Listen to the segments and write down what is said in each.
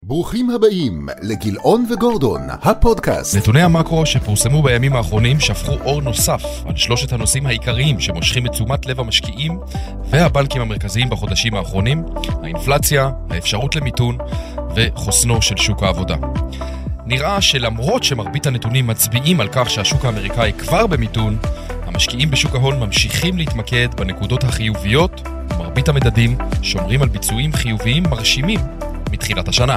ברוכים הבאים לגילאון וגורדון, הפודקאסט. נתוני המקרו שפורסמו בימים האחרונים שפכו אור נוסף על שלושת הנושאים העיקריים שמושכים את תשומת לב המשקיעים והבנקים המרכזיים בחודשים האחרונים: האינפלציה, האפשרות למיתון וחוסנו של שוק העבודה. נראה שלמרות שמרבית הנתונים מצביעים על כך שהשוק האמריקאי כבר במיתון, המשקיעים בשוק ההון ממשיכים להתמקד בנקודות החיוביות, ומרבית המדדים שומרים על ביצועים חיוביים מרשימים מתחילת השנה.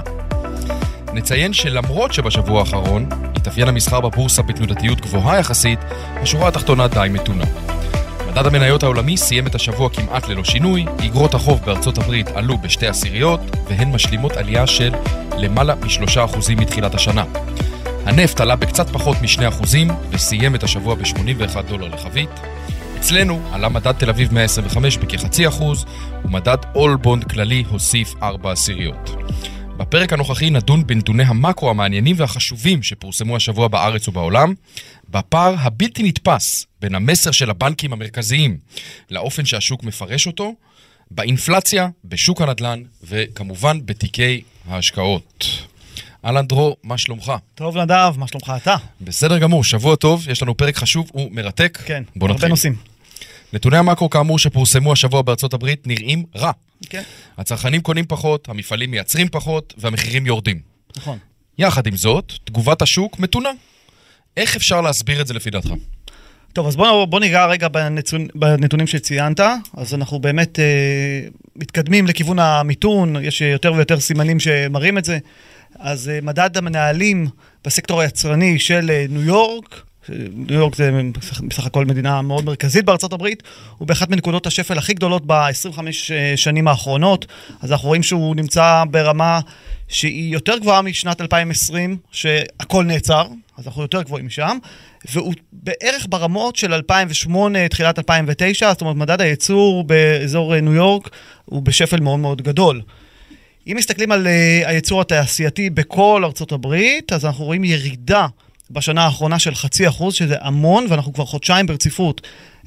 נציין שלמרות שבשבוע האחרון התאפיין המסחר בבורסה בתנודתיות גבוהה יחסית, השורה התחתונה די מתונה. מדד המניות העולמי סיים את השבוע כמעט ללא שינוי, אגרות החוב בארצות הברית עלו ב2/10 והן משלימות עלייה של למעלה מ3% מתחילת השנה. הנפט עלה בקצת פחות מ2% וסיים את השבוע ב$81 לחבית. אצלנו עלה מדד תל אביב 125 בכ0.5%, ומדד אול בונד כללי הוסיף 0.4. בפרק הנוכחי נדון בנתוני המקרו המעניינים והחשובים שפורסמו השבוע בארץ ובעולם, בפער הבלתי נתפס בין המסר של הבנקים המרכזיים לאופן שהשוק מפרש אותו, באינפלציה, בשוק הנדל"ן וכמובן בתיקי ההשקעות. אלן דרור, מה שלומך? טוב נדב, מה שלומך אתה? בסדר גמור, שבוע טוב, יש לנו פרק חשוב ומרתק. כן, בוא נתחיל. הרבה נושאים. נתוני המקרו כאמור שפורסמו השבוע בארצות הברית נראים רע. כן. הצרכנים קונים פחות, המפעלים מייצרים פחות והמחירים יורדים. נכון. יחד עם זאת, תגובת השוק מתונה. איך אפשר להסביר את זה לפי דעתך? טוב, אז בוא ניגע רגע בנתונים שציינת. אז אנחנו באמת מתקדמים לכיוון המיתון, יש יותר ויותר סימנים שמראים את זה. אז מדד המנהלים בסקטור היצרני של ניו יורק, ניו יורק זה בסך הכל מדינה מאוד מרכזית בארצות הברית, הוא באחת מנקודות השפל הכי גדולות ב-25 שנים האחרונות. אז אנחנו רואים שהוא נמצא ברמה שהיא יותר גבוהה משנת 2020, שהכל נעצר, אז אנחנו יותר גבוהים משם, והוא בערך ברמות של 2008, תחילת 2009, זאת אומרת מדד הייצור באזור ניו יורק הוא בשפל מאוד מאוד גדול. אם מסתכלים על הייצור התעשייתי בכל ארצות הברית, אז אנחנו רואים ירידה בשנה האחרונה של 0.5%, שזה המון, ואנחנו כבר חודשיים ברציפות,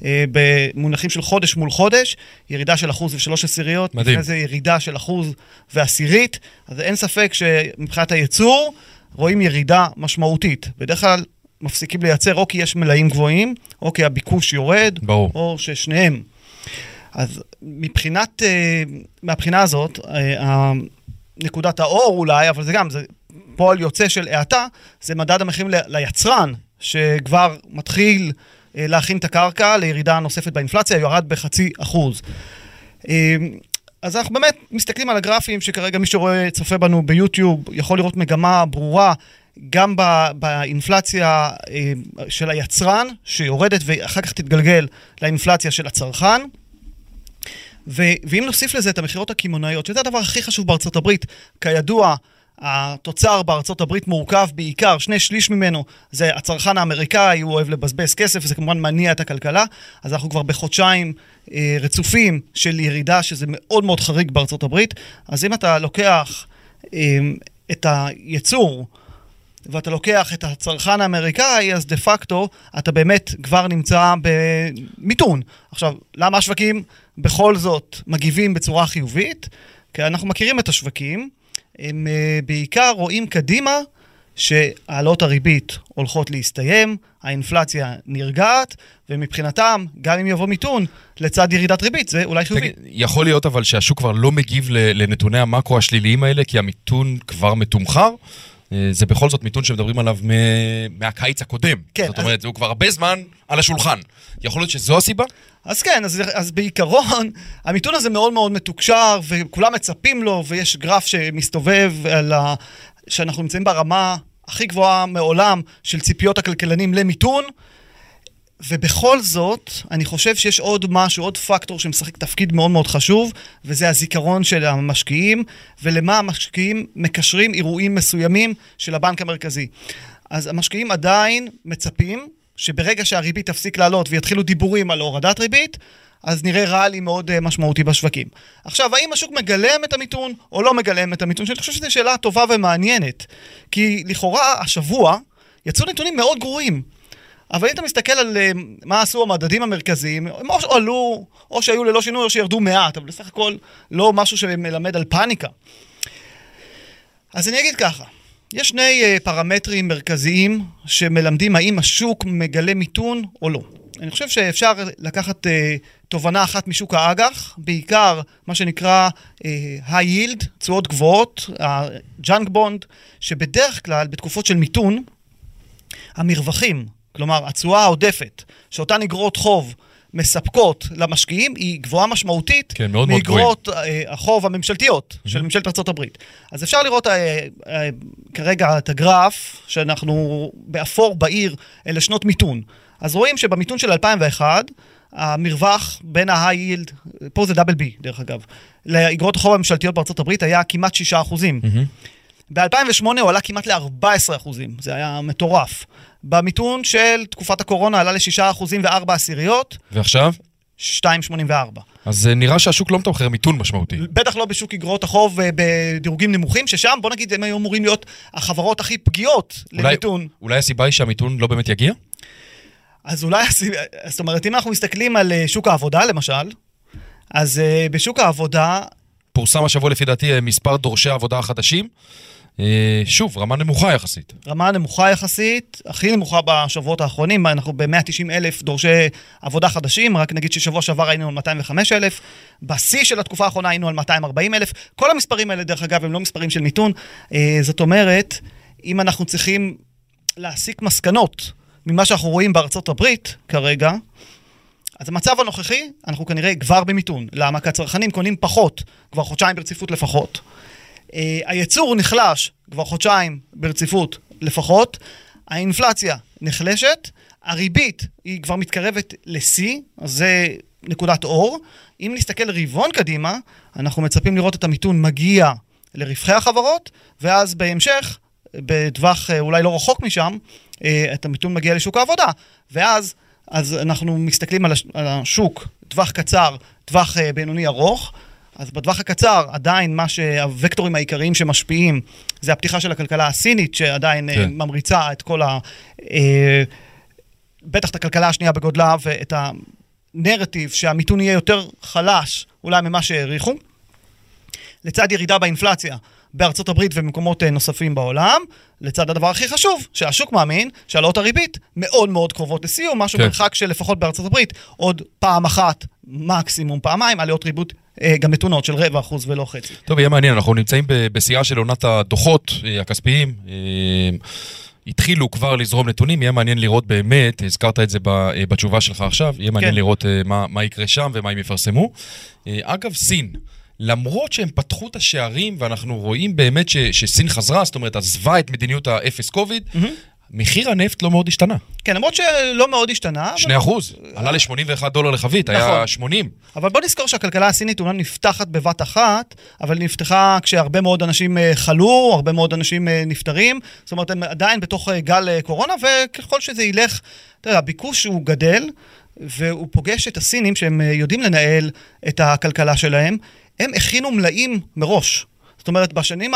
במונחים של חודש מול חודש, ירידה של 1.3%, לפני זה ירידה של 1.1%, אז אין ספק שמבחינת הייצור, רואים ירידה משמעותית. בדרך כלל מפסיקים לייצר או כי יש מלאים גבוהים, או כי הביקוש יורד, ברור. או ששניהם. אז מהבחינה הזאת, נקודת האור אולי, אבל זה גם, זה פועל יוצא של העתה, זה מדד המחירים ליצרן, שכבר מתחיל להכין את הקרקע לירידה נוספת באינפלציה, יורד ב0.5%. אז אנחנו באמת מסתכלים על הגרפים, שכרגע מי שרואה, צופה בנו ביוטיוב, יכול לראות מגמה ברורה, גם באינפלציה של היצרן, שיורדת ואחר כך תתגלגל לאינפלציה של הצרכן, ואם נוסיף לזה את המחירות הקימונאיות, שזה הדבר הכי חשוב בארצות הברית, כידוע, התוצר בארצות הברית מורכב בעיקר, 2/3 ממנו, זה הצרכן האמריקאי, הוא אוהב לבזבז כסף, וזה כמובן מניע את הכלכלה, אז אנחנו כבר בחודשיים רצופים של ירידה, שזה מאוד מאוד חריג בארצות הברית, אז אם אתה לוקח את הייצור, ואתה לוקח את הצרכן האמריקאי, אז דה פקטו אתה באמת כבר נמצא במיתון. עכשיו, למה השווקים בכל זאת מגיבים בצורה חיובית? כי אנחנו מכירים את השווקים, הם בעיקר רואים קדימה שהעלות הריבית הולכות להסתיים, האינפלציה נרגעת, ומבחינתם, גם אם יבוא מיתון, לצד ירידת ריבית, זה אולי חיובי. יכול להיות אבל שהשוק כבר לא מגיב לנתוני המקרו השליליים האלה, כי המיתון כבר מתומחר, זה בכל זאת מיתון שמדברים עליו מהקיץ הקודם. כן, זאת אומרת, הוא כבר הרבה זמן על השולחן. יכול להיות שזו הסיבה? אז כן, אז בעיקרון, המיתון הזה מאוד מאוד מתוקשר, וכולם מצפים לו, ויש גרף שמסתובב שאנחנו נמצאים ברמה הכי גבוהה מעולם של ציפיות הכלכלנים למיתון, ובכל זאת, אני חושב שיש עוד משהו, עוד פקטור שמשחק תפקיד מאוד מאוד חשוב, וזה הזיכרון של המשקיעים, ולמה המשקיעים מקשרים אירועים מסוימים של הבנק המרכזי. אז המשקיעים עדיין מצפים שברגע שהריבית תפסיק לעלות ויתחילו דיבורים על הורדת ריבית, אז נראה רעלי מאוד משמעותי בשווקים. עכשיו, האם השוק מגלם את המיתון או לא מגלם את המיתון? שאני חושב שזו שאלה טובה ומעניינת, כי לכאורה השבוע יצאו נתונים מאוד גרועים. אבל אם אתה מסתכל על מה עשו המדדים המרכזיים, הם או עלו, או שהיו ללא שינוי, או שירדו מעט, אבל בסך הכל לא משהו שמלמד על פאניקה. אז אני אגיד ככה, יש שני פרמטרים מרכזיים שמלמדים האם השוק מגלה מיתון או לא. אני חושב שאפשר לקחת תובנה אחת משוק האג"ח, בעיקר מה שנקרא high yield, תשואות גבוהות, ה-junk bond, שבדרך כלל בתקופות של מיתון, המרווחים, כלומר התשואה העודפת, שאותן אגרות חוב מספקות למשקיעים, היא גבוהה משמעותית, כן, מאוד מאגרות החוב הממשלתיות של ממשלת ארצות הברית. אז אפשר לראות כרגע את הגרף, שאנחנו באפור בעיר אלה שנות מיתון. אז רואים שבמיתון של 2001, המרווח בין ה-high yield, פה זה דאבל בי דרך אגב, לאגרות החוב הממשלתיות בארצות הברית היה כמעט 6%. ב-2008 הוא עלה כמעט ל-14%, זה היה מטורף. במיתון של תקופת הקורונה עלה ל-6% ו4%. ועכשיו? 2.84. אז נראה שהשוק לא מתמחר מיתון משמעותי. בטח לא בשוק אגרות החוב בדירוגים נמוכים, ששם בוא נגיד הם היו אמורים להיות החברות הכי פגיעות למיתון. אולי הסיבה היא שהמיתון לא באמת יגיע? אז אולי, זאת אומרת, אם אנחנו מסתכלים על שוק העבודה למשל, אז בשוק העבודה... פורסם השבוע לפי דעתי מספר דורשי העבודה החדשים, שוב, רמה נמוכה יחסית. רמה נמוכה יחסית, הכי נמוכה בשבועות האחרונים, אנחנו ב-190,000 דורשי עבודה חדשים, רק נגיד ששבוע שעבר היינו על 205,000, בשיא של התקופה האחרונה היינו על 240,000, כל המספרים האלה דרך אגב הם לא מספרים של מיתון, זאת אומרת, אם אנחנו צריכים להסיק מסקנות ממה שאנחנו רואים בארצות הברית כרגע, אז המצב הנוכחי, אנחנו כנראה כבר במיתון. למה? כי הצרכנים קונים פחות, כבר חודשיים ברציפות לפחות. הייצור נחלש, כבר חודשיים ברציפות לפחות. האינפלציה נחלשת. הריבית היא כבר מתקרבת לשיא, אז זה נקודת אור. אם נסתכל רבעון קדימה, אנחנו מצפים לראות את המיתון מגיע לרווחי החברות, ואז בהמשך, בטווח אולי לא רחוק משם, את המיתון מגיע לשוק העבודה. ואז אנחנו מסתכלים על השוק, טווח קצר, טווח בינוני ארוך, אז בטווח הקצר עדיין מה שהווקטורים העיקריים שמשפיעים, זה הפתיחה של הכלכלה הסינית, שעדיין ממריצה את כל בטח את הכלכלה השנייה בגודלה, ואת הנרטיב שהמיתון יהיה יותר חלש, אולי ממה שהעריכו. לצד ירידה באינפלציה בארצות הברית ובמקומות נוספים בעולם, לצד הדבר הכי חשוב, שהשוק מאמין שהעלאות הריבית מאוד מאוד קרובות לסיום, משהו מרחק של לפחות בארצות הברית, עוד פעם אחת, מקסימום פעמיים, עליות ריבית גם מתונות של 0.25% ולא חצי. טוב, יהיה מעניין, אנחנו נמצאים בשיאה של עונת הדוחות הכספיים, התחילו כבר לזרום נתונים, יהיה מעניין לראות באמת, הזכרת את זה בתשובה שלך עכשיו, יהיה מעניין לראות מה יקרה שם ומה הם יפרסמו. אגב, סין, למרות שהם פתחו את השערים, ואנחנו רואים באמת שסין חזרה, זאת אומרת, עזבה את מדיניות האפס קוביד, מחיר הנפט לא מאוד השתנה. כן, למרות שלא מאוד השתנה. 2%, עלה ל$81 לחבית, היה 80. אבל בוא נזכור שהכלכלה הסינית אולי נפתחת בבת אחת, אבל נפתחה כשהרבה מאוד אנשים חלו, הרבה מאוד אנשים נפטרים, זאת אומרת, הם עדיין בתוך גל קורונה, וככל שזה ילך, אתה יודע, הביקוש הוא גדל, והוא פוגש את הסינים שהם יודעים לנהל את הכלכלה שלהם, הם הכינו מלאים מראש. זאת אומרת,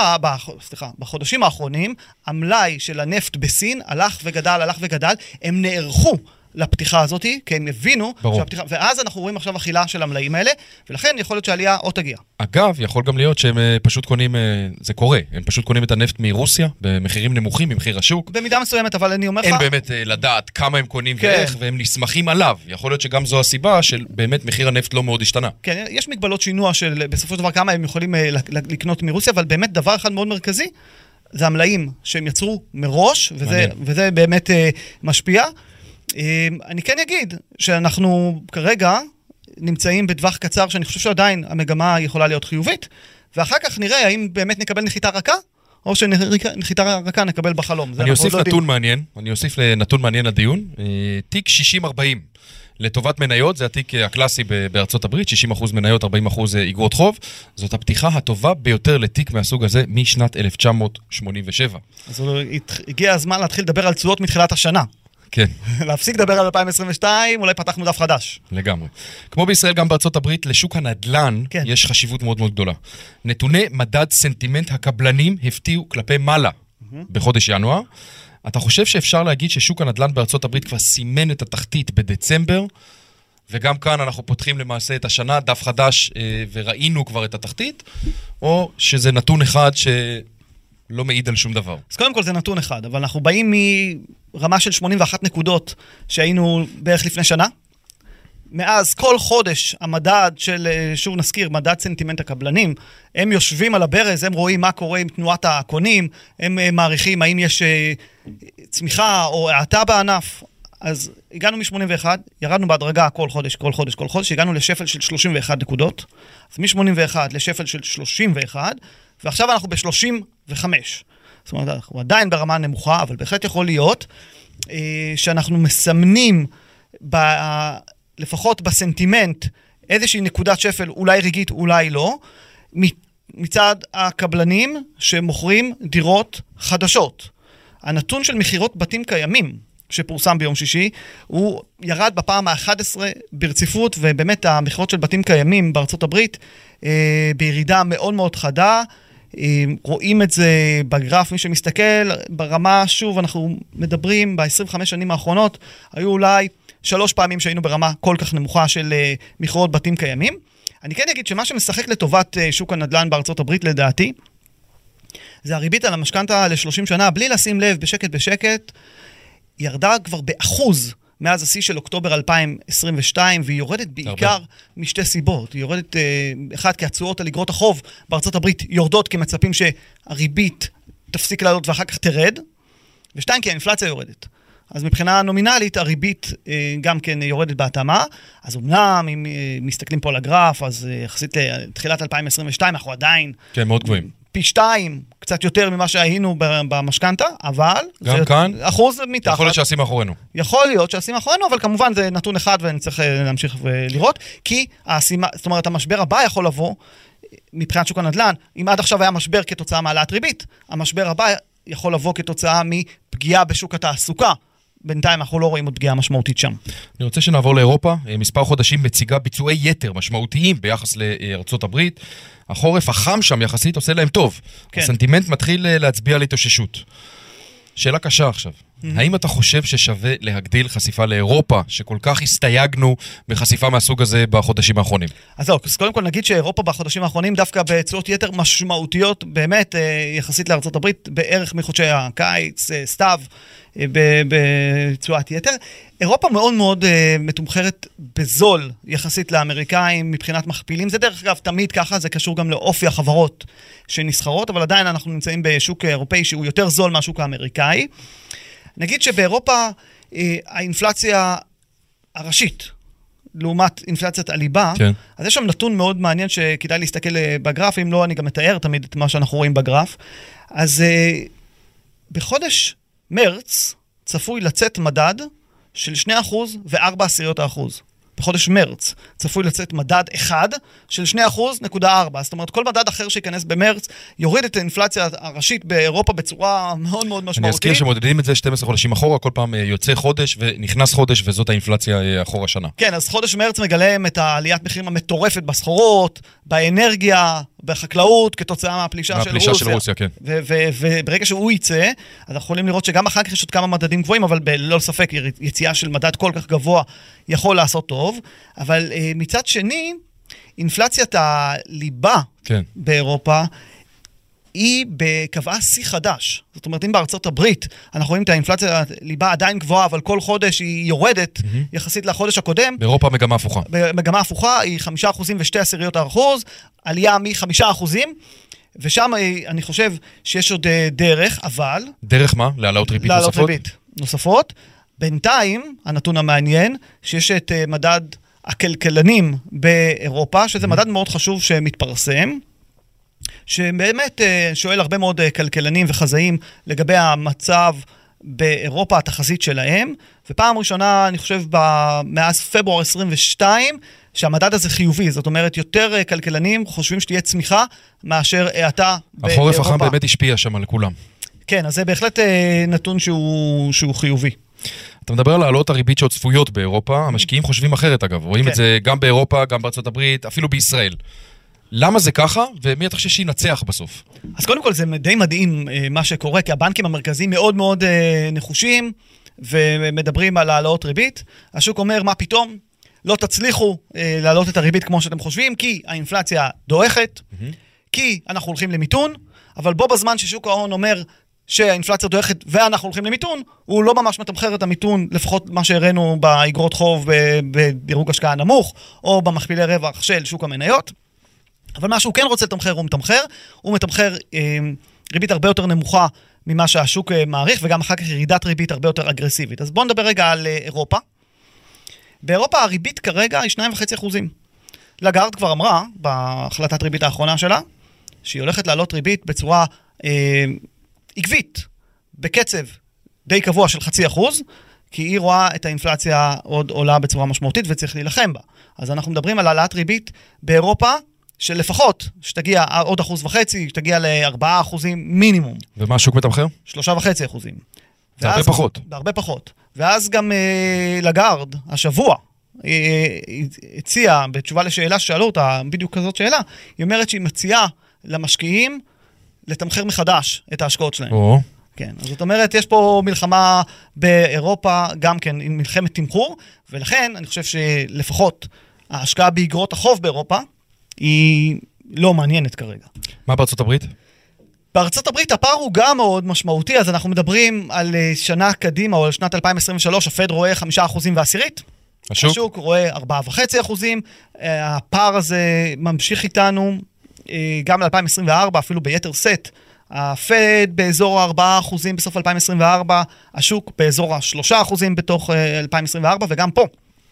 בחודשים האחרונים, המלאי של הנפט בסין הלך וגדל, הם נערכו לפתיחה הזאת, כי הם הבינו שהפתיחה, ואז אנחנו רואים עכשיו אכילה של המלאים האלה, ולכן יכול להיות שהעלייה עוד תגיע. אגב, יכול גם להיות שהם פשוט קונים, זה קורה, הם פשוט קונים את הנפט מרוסיה, במחירים נמוכים, במחיר השוק. במידה מסוימת, אבל אני אומר לך... אין באמת לדעת כמה הם קונים ואיך, והם נסמכים עליו. יכול להיות שגם זו הסיבה של באמת מחיר הנפט לא מאוד השתנה. כן, יש מגבלות שינוע של בסופו של דבר כמה הם יכולים לקנות מרוסיה, אבל באמת דבר אחד מאוד מרכזי, זה המלאים שהם יצרו מראש, וזה באמת משפיע. אני כן אגיד שאנחנו כרגע נמצאים בטווח קצר שאני חושב שעדיין המגמה יכולה להיות חיובית, ואחר כך נראה האם באמת נקבל נחיתה רכה, או שנחיתה רכה נקבל בחלום. אני אוסיף נתון מעניין, נתון מעניין לדיון, תיק 60-40 לטובת מניות, זה התיק הקלאסי בארצות הברית, 60% מניות, 40% איגרות חוב, זאת הפתיחה הטובה ביותר לתיק מהסוג הזה משנת 1987. אז הגיע הזמן להתחיל לדבר על תשואות מתחילת השנה. כן. להפסיק לדבר על 2022, אולי פתחנו דף חדש. לגמרי. כמו בישראל, גם בארצות הברית, לשוק הנדל"ן יש חשיבות מאוד מאוד גדולה. נתוני מדד סנטימנט הקבלנים הפתיעו כלפי מעלה בחודש ינואר. אתה חושב שאפשר להגיד ששוק הנדל"ן בארצות הברית כבר סימן את התחתית בדצמבר, וגם כאן אנחנו פותחים למעשה את השנה, דף חדש, וראינו כבר את התחתית, או שזה נתון אחד לא מעיד על שום דבר. אז קודם כל זה נתון אחד, אבל אנחנו באים מרמה של 81 נקודות שהיינו בערך לפני שנה. מאז כל חודש המדד של, שוב נזכיר, מדד סנטימנט הקבלנים, הם יושבים על הברז, הם רואים מה קורה עם תנועת הקונים, הם מעריכים האם יש צמיחה או האטה בענף. אז הגענו מ-81, ירדנו בהדרגה כל חודש, הגענו לשפל של 31 נקודות, אז מ-81 לשפל של 31, ועכשיו אנחנו ב-35. זאת אומרת, אנחנו עדיין ברמה נמוכה, אבל בהחלט יכול להיות שאנחנו מסמנים לפחות בסנטימנט איזושהי נקודת שפל, אולי רגעית, אולי לא, מצד הקבלנים שמוכרים דירות חדשות. הנתון של מחירות בתים קיימים, שפורסם ביום שישי, הוא ירד בפעם ה-11 ברציפות, ובאמת המחירות של בתים קיימים בארצות הברית, בירידה מאוד מאוד חדה, רואים את זה בגרף, מי שמסתכל, ברמה, שוב, אנחנו מדברים ב-25 שנים האחרונות, היו אולי 3 פעמים שהיינו ברמה כל כך נמוכה של מחירות בתים קיימים. אני כן אגיד שמה שמשחק לטובת שוק הנדל"ן בארצות הברית, לדעתי, זה הריבית על המשכנתה ל-30 שנה, בלי לשים לב, בשקט, ירדה כבר באחוז מאז השיא של אוקטובר 2022, והיא יורדת בעיקר משתי סיבות. היא יורדת, אחד, כי התשואות על אגרות החוב בארצות הברית יורדות, כי מצפים שהריבית תפסיק לעלות ואחר כך תרד, ושתיים, כי האינפלציה יורדת. אז מבחינה נומינלית, הריבית גם כן יורדת בהתאמה. אז אמנם, אם מסתכלים פה על הגרף, אז יחסית לתחילת 2022, אנחנו עדיין... כן, מאוד גבוהים. פי 2, קצת יותר ממה שהיינו במשכנתה, אבל... גם כאן? אחוז מתחת. יכול להיות שעשים מאחורינו. יכול להיות שעשים מאחורינו, אבל כמובן זה נתון אחד, ואני צריך להמשיך ולראות, כי זאת אומרת, המשבר הבא יכול לבוא, מבחינת שוק הנדל"ן, אם עד עכשיו היה משבר כתוצאה מעלת ריבית, המשבר הבא יכול לבוא כתוצאה מפגיעה בשוק התעסוקה. בינתיים אנחנו לא רואים עוד פגיעה משמעותית שם. אני רוצה שנעבור לאירופה. מספר חודשים מציגה ביצועי יתר משמעותיים ביחס לארצות הברית. החורף החם שם יחסית עושה להם טוב. כן. הסנטימנט מתחיל להצביע להתאוששות. שאלה קשה עכשיו. האם אתה חושב ששווה להגדיל חשיפה לאירופה, שכל כך הסתייגנו בחשיפה מהסוג הזה בחודשים האחרונים? אז קודם כל נגיד שאירופה בחודשים האחרונים דווקא בתשואות יתר משמעותיות, באמת יחסית לארצות הברית, בערך מחודשי הקיץ, סתיו, בתשואת יתר. אירופה מאוד מאוד מתומחרת בזול יחסית לאמריקאים מבחינת מכפילים. זה דרך אגב תמיד ככה, זה קשור גם לאופי החברות שנסחרות, אבל עדיין אנחנו נמצאים בשוק אירופאי שהוא יותר זול מהשוק האמריקאי. נגיד שבאירופה האינפלציה הראשית, לעומת אינפלציית הליבה, כן. אז יש שם נתון מאוד מעניין שכדאי להסתכל בגרף, אם לא אני גם מתאר תמיד את מה שאנחנו רואים בגרף. אז בחודש מרץ צפוי לצאת מדד של 2% ו4%. בחודש מרץ צפוי לצאת מדד אחד של 2.4%. זאת אומרת, כל מדד אחר שיכנס במרץ יוריד את האינפלציה הראשית באירופה בצורה מאוד מאוד משמעותית. אני אזכיר שמודדים את זה 12 חודשים אחורה, כל פעם יוצא חודש ונכנס חודש, וזאת האינפלציה אחורה שנה. כן, אז חודש מרץ מגלם את העליית מחירים המטורפת בסחורות, באנרגיה, בחקלאות, כתוצאה מהפלישה של רוסיה, כן. וברגע שהוא יצא, אז אנחנו יכולים לראות שגם אחר כך יש עוד כמה מדדים גבוהים, אבל ללא ספק יציאה של מדד כל כך גבוה יכול לעשות טוב, אבל מצד שני, אינפלציית הליבה כן. באירופה, היא קבעה שיא חדש. זאת אומרת, אם בארצות הברית אנחנו רואים את האינפלציה הליבה עדיין גבוהה, אבל כל חודש היא יורדת יחסית לחודש הקודם. באירופה מגמה הפוכה. מגמה הפוכה היא 5.2%, עלייה מ5%, ושם אני חושב שיש עוד דרך, אבל... דרך מה? להעלות ריבית נוספות? להעלות ריבית נוספות. בינתיים, הנתון המעניין, שיש את מדד הכלכלנים באירופה, שזה מדד מאוד חשוב שמתפרסם, שבאמת שואל הרבה מאוד כלכלנים וחזאים לגבי המצב באירופה, התחזית שלהם, ופעם ראשונה, אני חושב, מאז פברואר 22, שהמדד הזה חיובי, זאת אומרת, יותר כלכלנים חושבים שתהיה צמיחה מאשר האטה באירופה. החורף החם באמת השפיע שם על כולם. כן, אז זה בהחלט נתון שהוא חיובי. אתה מדבר על העלות הריבית שעוד צפויות באירופה, המשקיעים חושבים אחרת אגב, רואים את זה גם באירופה, גם בארצות הברית, אפילו בישראל. למה זה ככה, ומי אתה חושב שינצח בסוף? אז קודם כל זה די מדהים מה שקורה, כי הבנקים המרכזיים מאוד מאוד נחושים, ומדברים על העלאות ריבית. השוק אומר, מה פתאום? לא תצליחו להעלות את הריבית כמו שאתם חושבים, כי האינפלציה דועכת, כי אנחנו הולכים למיתון, אבל בו בזמן ששוק ההון אומר שהאינפלציה דועכת ואנחנו הולכים למיתון, הוא לא ממש מתמחר את המיתון, לפחות מה שהראינו באגרות חוב בדירוג השקעה נמוך, או במכפילי רווח של שוק המניות. אבל מה שהוא כן רוצה לתמחר, הוא מתמחר ריבית הרבה יותר נמוכה ממה שהשוק מעריך, וגם אחר כך ירידת ריבית הרבה יותר אגרסיבית. אז בואו נדבר רגע על אירופה. באירופה הריבית כרגע היא 2.5%. לגארד כבר אמרה, בהחלטת ריבית האחרונה שלה, שהיא הולכת לעלות ריבית בצורה עקבית, בקצב די קבוע של 0.5%, כי היא רואה את האינפלציה עוד עולה בצורה משמעותית וצריך להילחם בה. אז אנחנו מדברים על העלאת ריבית באירופה, שלפחות, שתגיע עוד 1.5%, שתגיע ל4% מינימום. ומה השוק מתמחר? 3.5%. זה הרבה פחות. הרבה פחות. ואז גם לגארד, השבוע, הציעה, בתשובה לשאלה ששאלו אותה, בדיוק כזאת שאלה, היא אומרת שהיא מציעה למשקיעים לתמחר מחדש את ההשקעות שלהם. כן, אז זאת אומרת, יש פה מלחמה באירופה, גם כן, עם מלחמת תמחור, ולכן אני חושב שלפחות ההשקעה באגרות החוב באירופה, היא לא מעניינת כרגע. מה בארצות הברית? בארצות הברית הפער הוא גם מאוד משמעותי, אז אנחנו מדברים על שנה קדימה, או על שנת 2023, הפד רואה 5.10%. השוק רואה 4.5%. הפער הזה ממשיך איתנו גם ל-2024, אפילו ביתר סט. הפד באזור ה-4% בסוף 2024, השוק באזור ה-3% בתוך 2024, וגם פה.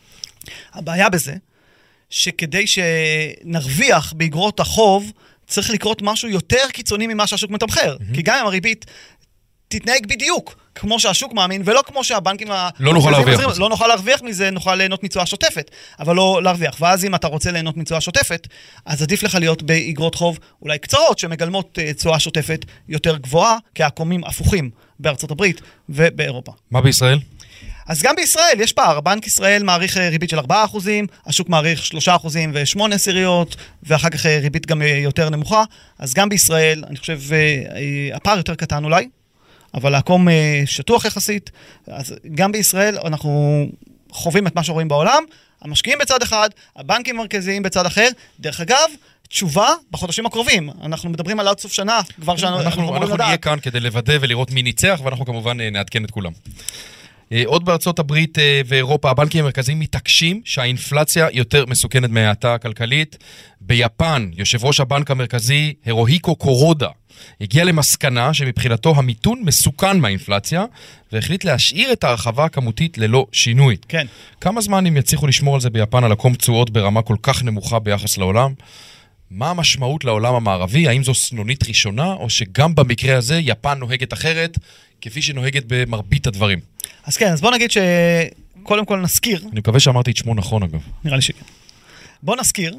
הבעיה בזה, שכדי שנרוויח באגרות החוב, צריך לקרות משהו יותר קיצוני ממה שהשוק מתמחר. כי גם אם הריבית תתנהג בדיוק כמו שהשוק מאמין, ולא כמו שהבנקים... לא נוכל להרוויח. לא נוכל להרוויח מזה, נוכל ליהנות מתשואה שוטפת, אבל לא להרוויח. ואז אם אתה רוצה ליהנות מתשואה שוטפת, אז עדיף לך להיות באגרות חוב אולי קצרות, שמגלמות תשואה שוטפת יותר גבוהה, כי העקומים הפוכים בארצות הברית ובאירופה. מה בישראל? אז גם בישראל יש פער. בנק ישראל מעריך ריבית של 4%, השוק מעריך 3.8%, ואחר כך ריבית גם יותר נמוכה. אז גם בישראל, אני חושב, הפער יותר קטן אולי, אבל העקום שטוח יחסית. אז גם בישראל אנחנו חווים את מה שרואים בעולם, המשקיעים בצד אחד, הבנקים המרכזיים בצד אחר. דרך אגב, תשובה בחודשים הקרובים. אנחנו מדברים על עד סוף שנה, כבר שאנחנו נהיה כאן כדי לוודא ולראות מי ניצח, ואנחנו כמובן נעדכן את כולם. עוד בארצות הברית ואירופה, הבנקים המרכזיים מתעקשים שהאינפלציה יותר מסוכנת מההאטה הכלכלית. ביפן, יושב ראש הבנק המרכזי, הירוהיקו קורודה, הגיע למסקנה שמבחינתו המיתון מסוכן מהאינפלציה, והחליט להשאיר את ההרחבה הכמותית ללא שינוי. כן. כמה זמן הם יצליחו לשמור על זה ביפן, על עקום תשואות ברמה כל כך נמוכה ביחס לעולם? מה המשמעות לעולם המערבי? האם זו סנונית ראשונה, או שגם במקרה הזה יפן נוהגת אחרת, כפי שנוהגת במרבית הדברים? אז כן, אז בוא נגיד שקודם כל נזכיר. אני מקווה שאמרתי את שמו נכון אגב. נראה לי שכן. בוא נזכיר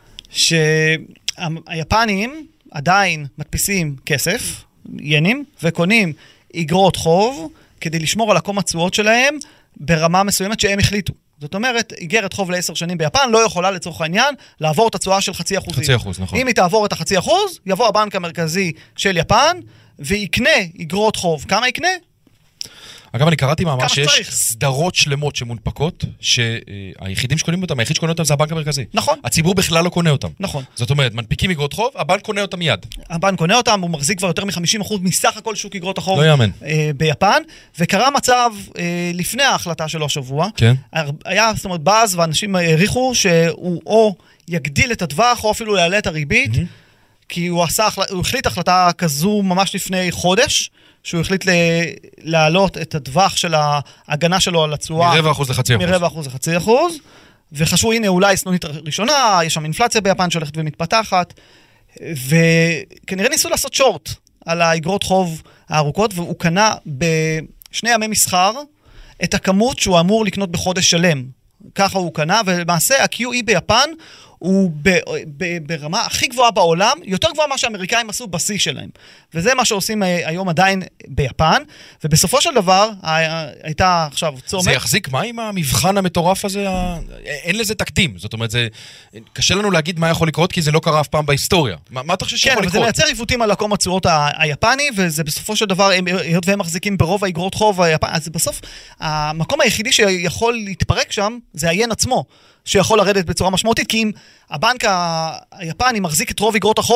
שהיפנים עדיין מדפיסים כסף, ינים, וקונים אגרות חוב, כדי לשמור על עקום התשואות שלהם ברמה מסוימת שהם החליטו. זאת אומרת, איגרת חוב ל10 שנים ביפן לא יכולה לצורך העניין לעבור את התשואה של 0.5%. 0.5%, נכון. אם היא תעבור את 0.5%, יבוא הבנק המרכזי של יפן, ויקנה אגרות חוב. כמה יקנה? אגב, אני קראתי מאמר שיש סדרות שלמות שמונפקות, שהיחידים שקונים אותם, היחיד שקונה אותם זה הבנק המרכזי. נכון. הציבור בכלל לא קונה אותם. נכון. זאת אומרת, מנפיקים אגרות חוב, הבנק קונה אותם מיד. הבנק קונה אותם, הוא מחזיק כבר יותר מ-50% מסך הכל שוק אגרות החוב. לא יאמן. ביפן, וקרה מצב לפני ההחלטה שלו השבוע. כן. היה, זאת אומרת, באז, ואנשים העריכו שהוא או יגדיל את הטווח, או אפילו יעלה את הריבית, כי הוא החליט החלטה כזו ממש לפני חודש, שהוא החליט להעלות את הטווח של ההגנה שלו על התשואה. מ-0.5% ל-0.5%. וחשבו, הנה, אולי סנונית ראשונה, יש שם אינפלציה ביפן שהולכת ומתפתחת, וכנראה ניסו לעשות שורט על האגרות חוב הארוכות, והוא קנה בשני ימי מסחר את הכמות שהוא אמור לקנות בחודש שלם. ככה הוא קנה, ולמעשה ה-QE ביפן הוא ברמה הכי גבוהה בעולם, יותר גבוהה מה שהאמריקאים עשו בשיא שלהם. וזה מה שעושים היום עדיין ביפן, ובסופו של דבר הייתה עכשיו צומת. זה יחזיק מה עם המבחן המטורף הזה? אין לזה תקדים. זאת אומרת, קשה לנו להגיד מה יכול לקרות, כי זה לא קרה אף פעם בהיסטוריה. מה אתה חושב שיכול לקרות? כן, וזה מייצר עיוותים על עקום התשואות היפני, וזה בסופו של דבר, היות והם מחזיקים ברוב האגרות חוב היפני, אז בסוף המקום היחידי שיכול להתפרק שם, זה היין עצמו. שיכול לרדת בצורה משמעותית, כי אם הבנק היפני מחזיק את רוב אגרות החוב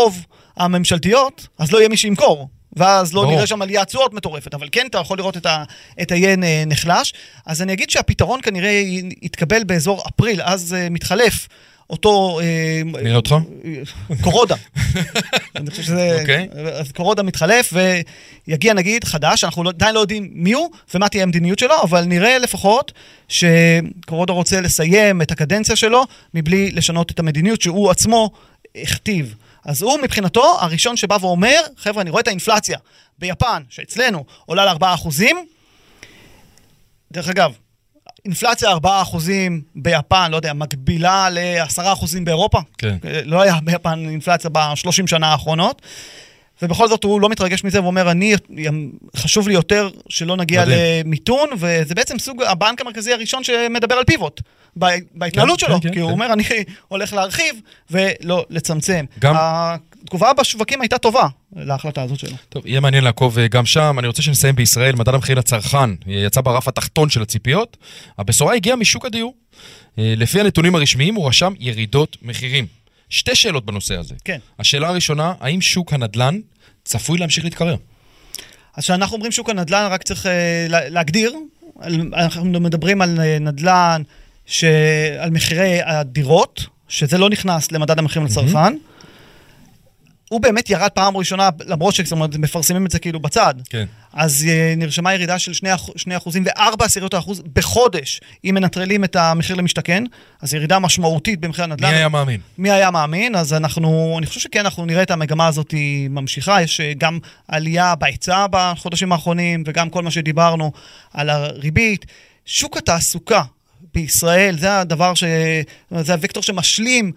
הממשלתיות, אז לא יהיה מי שימכור. ואז לא נראה שם עליית תשואות מטורפת, אבל כן, אתה יכול לראות את היין נחלש. אז אני אגיד שהפתרון כנראה יתקבל באזור אפריל, אז מתחלף אותו... נראה אותך? קורודה. אני חושב שזה... אז קורודה מתחלף, ויגיע נגיד חדש, אנחנו עדיין לא יודעים מי הוא, ומה תהיה המדיניות שלו, אבל נראה לפחות שקורודה רוצה לסיים את הקדנציה שלו, מבלי לשנות את המדיניות שהוא עצמו הכתיב. אז הוא מבחינתו הראשון שבא ואומר, חבר'ה, אני רואה את האינפלציה ביפן, שאצלנו עולה ל4%. דרך אגב, אינפלציה 4% ביפן, לא יודע, מקבילה ל10% באירופה. כן. לא היה ביפן אינפלציה ב30 שנה האחרונות. ובכל זאת הוא לא מתרגש מזה ואומר, חשוב לי יותר שלא נגיע למיתון, וזה בעצם סוג הבנק המרכזי הראשון שמדבר על פיבוט, בהתנהלות שלו, כי הוא אומר, אני הולך להרחיב ולא לצמצם. התגובה בשווקים הייתה טובה להחלטה הזאת שלו. טוב, יהיה מעניין לעקוב גם שם. אני רוצה שנסיים בישראל, מדד המחיר לצרכן יצא ברף התחתון של הציפיות. הבשורה הגיעה משוק הדיור. לפי הנתונים הרשמיים הוא רשם ירידות מחירים. שתי שאלות בנושא הזה. כן. השאלה הראשונה, האם שוק הנדל"ן צפוי להמשיך להתקרר? אז כשאנחנו אומרים שוק הנדל"ן, רק צריך להגדיר. אנחנו מדברים על נדל"ן, על מחירי הדירות, שזה לא נכנס למדד המחירים לצרכן. הוא באמת ירד פעם ראשונה, למרות שמפרסמים את זה כאילו בצד. כן. אז נרשמה ירידה של 2% ו4% בחודש, אם מנטרלים את המחיר למשתכן, אז ירידה משמעותית במחיר הנדל"ן. מי היה מאמין? מי היה מאמין? אז אני חושב שכן, אנחנו נראה את המגמה הזאת ממשיכה, יש גם עלייה בהיצע בחודשים האחרונים, וגם כל מה שדיברנו על הריבית. שוק התעסוקה בישראל, זה הדבר זה הוקטור שמשלים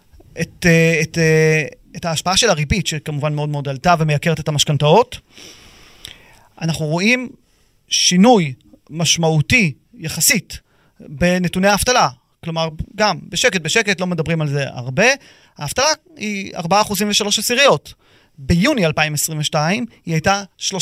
את ההשפעה של הריבית, שכמובן מאוד מאוד עלתה ומייקרת את המשכנתאות. אנחנו רואים שינוי משמעותי יחסית בנתוני האבטלה. כלומר, גם בשקט, לא מדברים על זה הרבה. האבטלה היא 4.3%. ביוני 2022 היא הייתה 3.3%.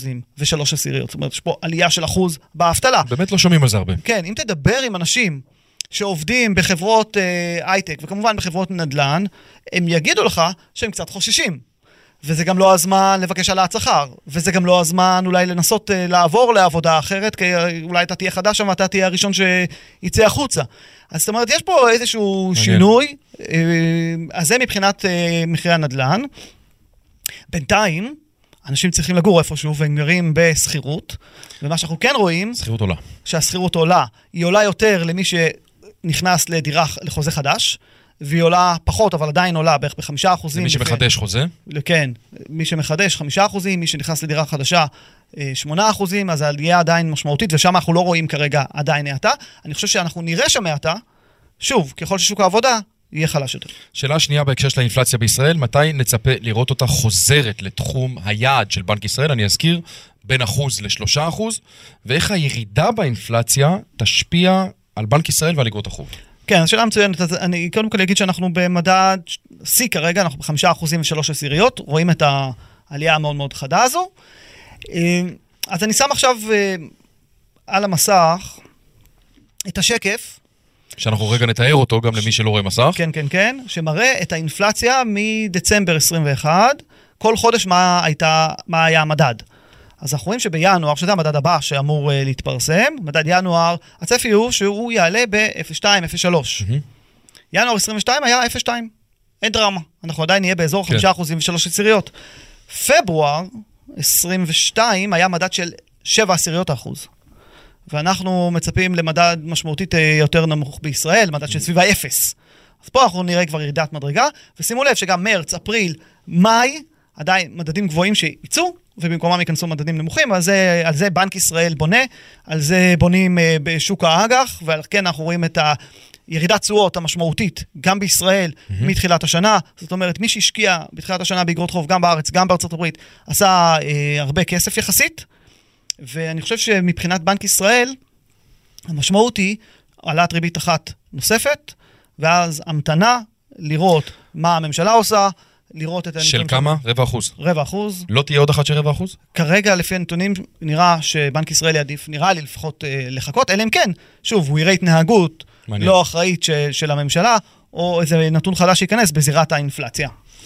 זאת אומרת, יש פה עלייה של אחוז באבטלה. באמת לא שומעים על זה הרבה. כן, אם תדבר עם אנשים שעובדים בחברות הייטק, וכמובן בחברות נדל"ן, הם יגידו לך שהם קצת חוששים. וזה גם לא הזמן לבקש העלאת שכר, וזה גם לא הזמן אולי לנסות לעבור לעבודה אחרת, כי אולי אתה תהיה חדש שם, ואתה תהיה הראשון שיצא החוצה. אז זאת אומרת, יש פה איזשהו שינוי, אז זה מבחינת מחירי הנדל"ן. בינתיים, אנשים צריכים לגור איפשהו, והם גרים בסחירות, ומה שאנחנו כן רואים, סחירות עולה. שהסחירות עולה, היא עולה יותר למי שנכנס לדירה לחוזה חדש, והיא עולה פחות, אבל עדיין עולה בערך ב5%. זה מי שמחדש חוזה? כן, מי שמחדש 5%, מי שנכנס לדירה חדשה 8%, אז העלייה עדיין משמעותית, ושם אנחנו לא רואים כרגע עדיין האטה. אני חושב שאנחנו נראה שם האטה, שוב, ככל ששוק העבודה יהיה חלש יותר. שאלה שנייה בהקשר של האינפלציה בישראל, מתי נצפה לראות אותה חוזרת לתחום היעד של בנק ישראל? אני אזכיר, בין 1% ל3%, ואיך הירידה באינפלציה תשפיע על בנק ישראל ועל אגרות החוב? כן, השאלה מצוינת. אז אני קודם כל אגיד שאנחנו במדד C כרגע, אנחנו ב5% ו3%, רואים את העלייה המאוד מאוד חדה הזו. אז אני שם עכשיו על המסך את השקף. שאנחנו רגע נתאר אותו גם למי שלא רואה מסך. כן, כן, כן, שמראה את האינפלציה מדצמבר 21, כל חודש מה היה המדד. אז אנחנו רואים שבינואר, שזה המדד הבא שאמור להתפרסם, מדד ינואר, הצפי הוא שהוא יעלה ב-0.2, 0.3. ינואר 22 היה 0.2. אין דרמה. אנחנו עדיין נהיה באזור 5% ו3%. פברואר 22 היה מדד של 0.7%. ואנחנו מצפים למדד משמעותית יותר נמוך בישראל, מדד של סביבה 0. אז פה אנחנו נראה כבר ירידת מדרגה, ושימו לב שגם מרץ, אפריל, מאי, עדיין מדדים גבוהים שיצאו, ובמקומם ייכנסו מדדים נמוכים, על זה בנק ישראל בונה, על זה בונים בשוק האג"ח, ועל כן אנחנו רואים את הירידת תשואות המשמעותית, גם בישראל, מתחילת השנה. זאת אומרת, מי שהשקיע בתחילת השנה באגרות חוב, גם בארץ, גם בארצות הברית, עשה הרבה כסף יחסית, ואני חושב שמבחינת בנק ישראל, המשמעות היא העלאת ריבית אחת נוספת, ואז המתנה לראות מה הממשלה עושה, לראות את הנתונים. של כמה? 0.25%. 0.25%. לא תהיה עוד אחת של 0.25%? כרגע, לפי הנתונים, נראה שבנק ישראל יעדיף, נראה לי לפחות לחכות, אלא אם כן, שוב, הוא יראה התנהגות לא אחראית של הממשלה, או איזה נתון חדש שייכנס בזירת האינפלציה.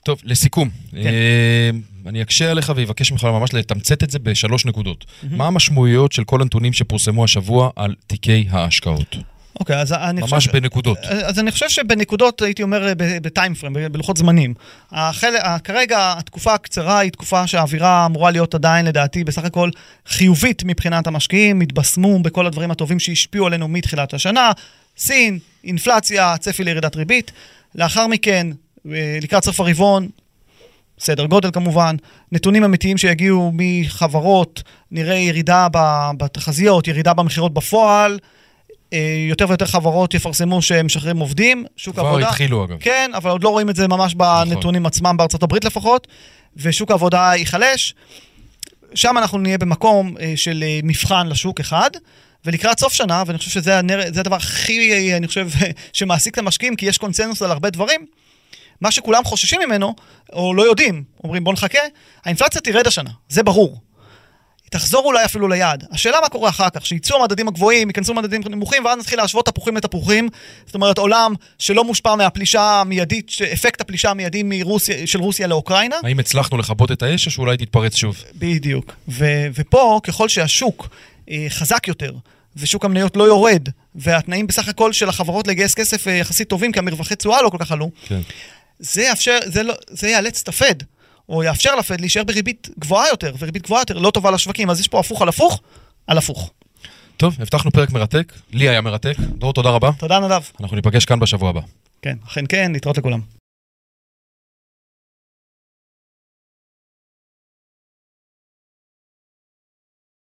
טוב, לסיכום, אני אקשה עליך ויבקש ממך ממש לתמצת את זה ב3 נקודות. מה המשמעויות של כל הנתונים שפורסמו השבוע על תיקי ההשקעות? אוקיי, אז אני חושב... ממש בנקודות. אז אני חושב שבנקודות, הייתי אומר, בטיימפריים, בלוחות זמנים. כרגע, התקופה הקצרה היא תקופה שהאווירה אמורה להיות עדיין, לדעתי, בסך הכל חיובית מבחינת המשקיעים, התבשמו בכל הדברים הטובים שהשפיעו עלינו מתחילת השנה, סין, אינפלציה, צפי לירידת ריבית. לאחר מכן, לקראת סוף הרבעון, סדר גודל כמובן, נתונים אמיתיים שיגיעו מחברות, נראה ירידה בתחזיות, ירידה במחירות בפועל, יותר ויותר חברות יפרסמו שהם משחררים עובדים, שוק העבודה... כבר התחילו אגב. כן, אבל עוד לא רואים את זה ממש בנתונים עצמם בארצות הברית לפחות, ושוק העבודה ייחלש. שם אנחנו נהיה במקום של מבחן לשוק אחד, ולקראת סוף שנה, ואני חושב שזה הדבר הכי, אני חושב, שמעסיק את המשקיעים, כי יש קונצנזוס על הרבה דברים, מה שכולם חוששים ממנו, או לא יודעים, אומרים בוא נחכה, האינפלציה תירד השנה, זה ברור. תחזור אולי אפילו ליעד. השאלה מה קורה אחר כך, שיצאו המדדים הגבוהים, ייכנסו מדדים נמוכים, ואז נתחיל להשוות תפוחים לתפוחים, זאת אומרת, עולם שלא מושפע מהפלישה המיידית, אפקט הפלישה המיידי של רוסיה לאוקראינה. האם הצלחנו לכבות את האש, או שאולי תתפרץ שוב? בדיוק. ופה, ככל שהשוק חזק יותר, ושוק המניות לא יורד, והתנאים בסך הכל של החברות לגייס כסף יחסית טובים, כי המרווחי תשואה לא כל כך עלו, כן. זה יאלץ את הפד, או יאפשר לפד להישאר בריבית גבוהה יותר, וריבית גבוהה יותר לא טובה לשווקים, אז יש פה הפוך על הפוך, על הפוך. טוב, הבטחנו פרק מרתק, לי היה מרתק, דרור תודה רבה. תודה נדב. אנחנו ניפגש כאן בשבוע הבא. כן, אכן כן, להתראות לכולם.